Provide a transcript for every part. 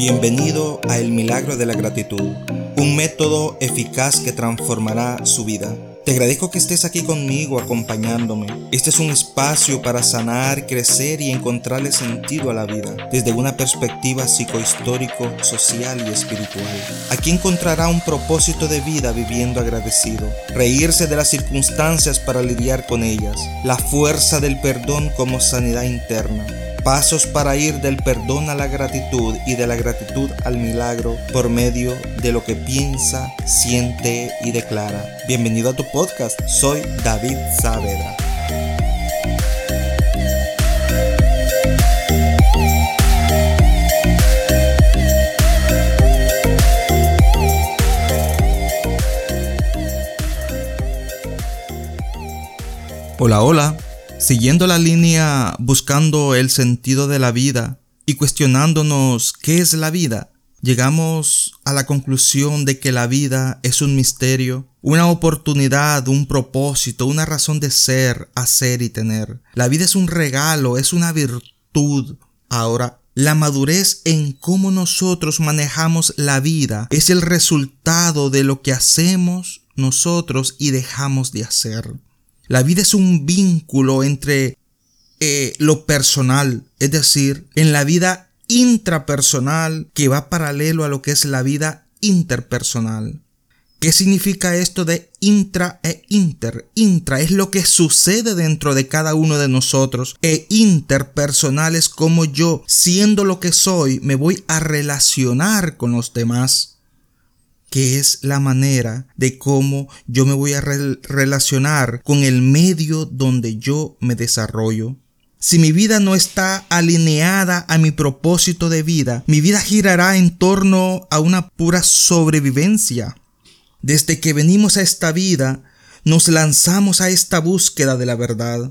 Bienvenido a El Milagro de la Gratitud, un método eficaz que transformará su vida. Te agradezco que estés aquí conmigo acompañándome. Este es un espacio para sanar, crecer y encontrarle sentido a la vida desde una perspectiva psicohistórico, social y espiritual. Aquí encontrará un propósito de vida viviendo agradecido, reírse de las circunstancias para lidiar con ellas, la fuerza del perdón como sanidad interna. Pasos para ir del perdón a la gratitud y de la gratitud al milagro por medio de lo que piensa, siente y declara. Bienvenido a tu podcast, soy David Saavedra. Hola. Siguiendo la línea buscando el sentido de la vida y cuestionándonos qué es la vida, llegamos a la conclusión de que la vida es un misterio, una oportunidad, un propósito, una razón de ser, hacer y tener. La vida es un regalo, es una virtud. Ahora, la madurez en cómo nosotros manejamos la vida es el resultado de lo que hacemos nosotros y dejamos de hacer. La vida es un vínculo entre lo personal, es decir, en la vida intrapersonal que va paralelo a lo que es la vida interpersonal. ¿Qué significa esto de intra e inter? Intra es lo que sucede dentro de cada uno de nosotros e interpersonal es como yo, siendo lo que soy, me voy a relacionar con los demás. Que es la manera de cómo yo me voy a relacionar con el medio donde yo me desarrollo. Si mi vida no está alineada a mi propósito de vida, mi vida girará en torno a una pura sobrevivencia. Desde que venimos a esta vida, nos lanzamos a esta búsqueda de la verdad.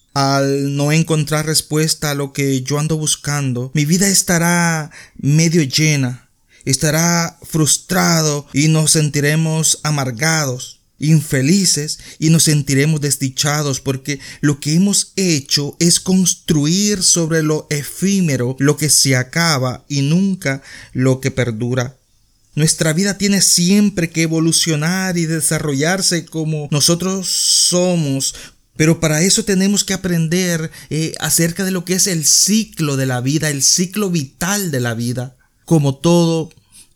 Al no encontrar respuesta a lo que yo ando buscando, mi vida estará medio llena. Estará frustrado y nos sentiremos amargados, infelices y nos sentiremos desdichados porque lo que hemos hecho es construir sobre lo efímero lo que se acaba y nunca lo que perdura. Nuestra vida tiene siempre que evolucionar y desarrollarse como nosotros somos. Pero para eso tenemos que aprender acerca de lo que es el ciclo de la vida, el ciclo vital de la vida. Como todo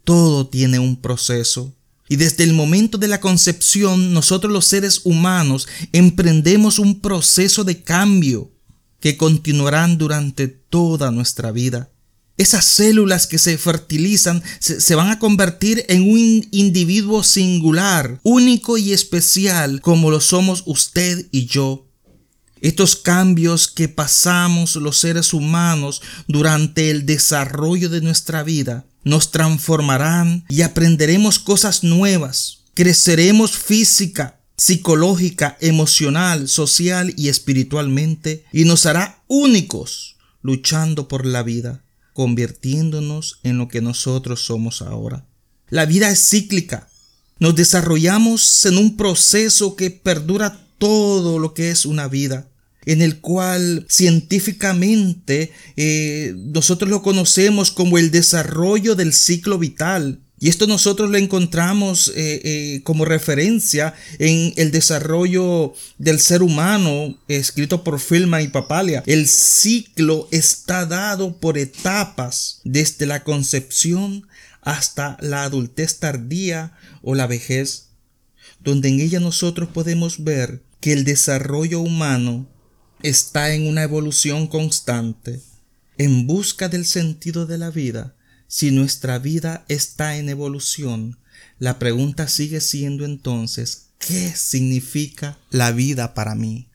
tiene un proceso. Y desde el momento de la concepción, nosotros los seres humanos emprendemos un proceso de cambio que continuarán durante toda nuestra vida. Esas células que se fertilizan se van a convertir en un individuo singular, único y especial como lo somos usted y yo. Estos cambios que pasamos los seres humanos durante el desarrollo de nuestra vida nos transformarán y aprenderemos cosas nuevas. Creceremos física, psicológica, emocional, social y espiritualmente y nos hará únicos luchando por la vida, convirtiéndonos en lo que nosotros somos ahora. La vida es cíclica. Nos desarrollamos en un proceso que perdura todo lo que es una vida, en el cual científicamente nosotros lo conocemos como el desarrollo del ciclo vital. Y esto nosotros lo encontramos como referencia en el desarrollo del ser humano, escrito por Feldman y Papalia. El ciclo está dado por etapas, desde la concepción hasta la adultez tardía o la vejez, donde en ella nosotros podemos ver que el desarrollo humano está en una evolución constante, en busca del sentido de la vida. Si nuestra vida está en evolución, la pregunta sigue siendo entonces, ¿qué significa la vida para mí?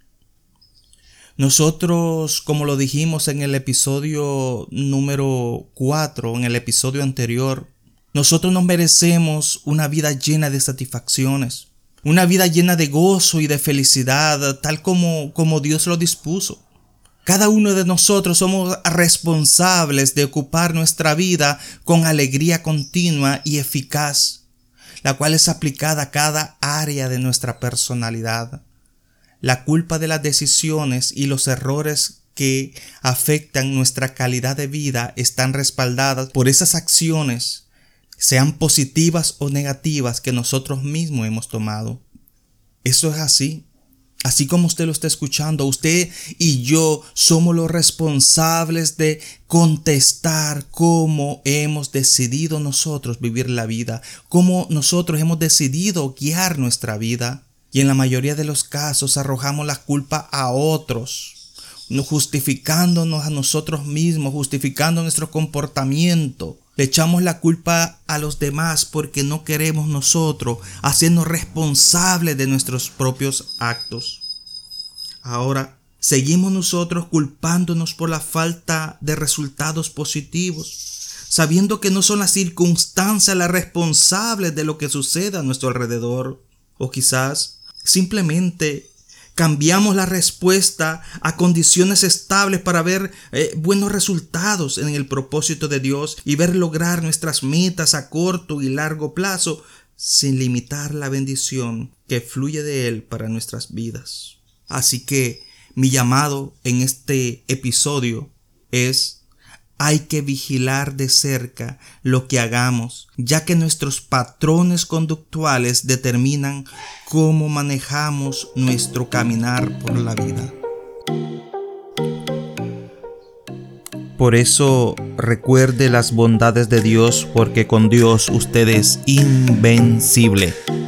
Nosotros, como lo dijimos en el episodio número 4, en el episodio anterior, nosotros nos merecemos una vida llena de satisfacciones. Una vida llena de gozo y de felicidad, tal como Dios lo dispuso. Cada uno de nosotros somos responsables de ocupar nuestra vida con alegría continua y eficaz, la cual es aplicada a cada área de nuestra personalidad. La culpa de las decisiones y los errores que afectan nuestra calidad de vida están respaldadas por esas acciones, sean positivas o negativas, que nosotros mismos hemos tomado. Eso es así. Así como usted lo está escuchando, usted y yo somos los responsables de contestar cómo hemos decidido nosotros vivir la vida, cómo nosotros hemos decidido guiar nuestra vida. Y en la mayoría de los casos arrojamos la culpa a otros, justificándonos a nosotros mismos, justificando nuestro comportamiento. Le echamos la culpa a los demás porque no queremos nosotros hacernos responsables de nuestros propios actos. Ahora, seguimos nosotros culpándonos por la falta de resultados positivos, sabiendo que no son las circunstancias las responsables de lo que sucede a nuestro alrededor. O quizás simplemente cambiamos la respuesta a condiciones estables para ver buenos resultados en el propósito de Dios y ver lograr nuestras metas a corto y largo plazo sin limitar la bendición que fluye de Él para nuestras vidas. Así que mi llamado en este episodio es: hay que vigilar de cerca lo que hagamos, ya que nuestros patrones conductuales determinan cómo manejamos nuestro caminar por la vida. Por eso recuerde las bondades de Dios, porque con Dios usted es invencible.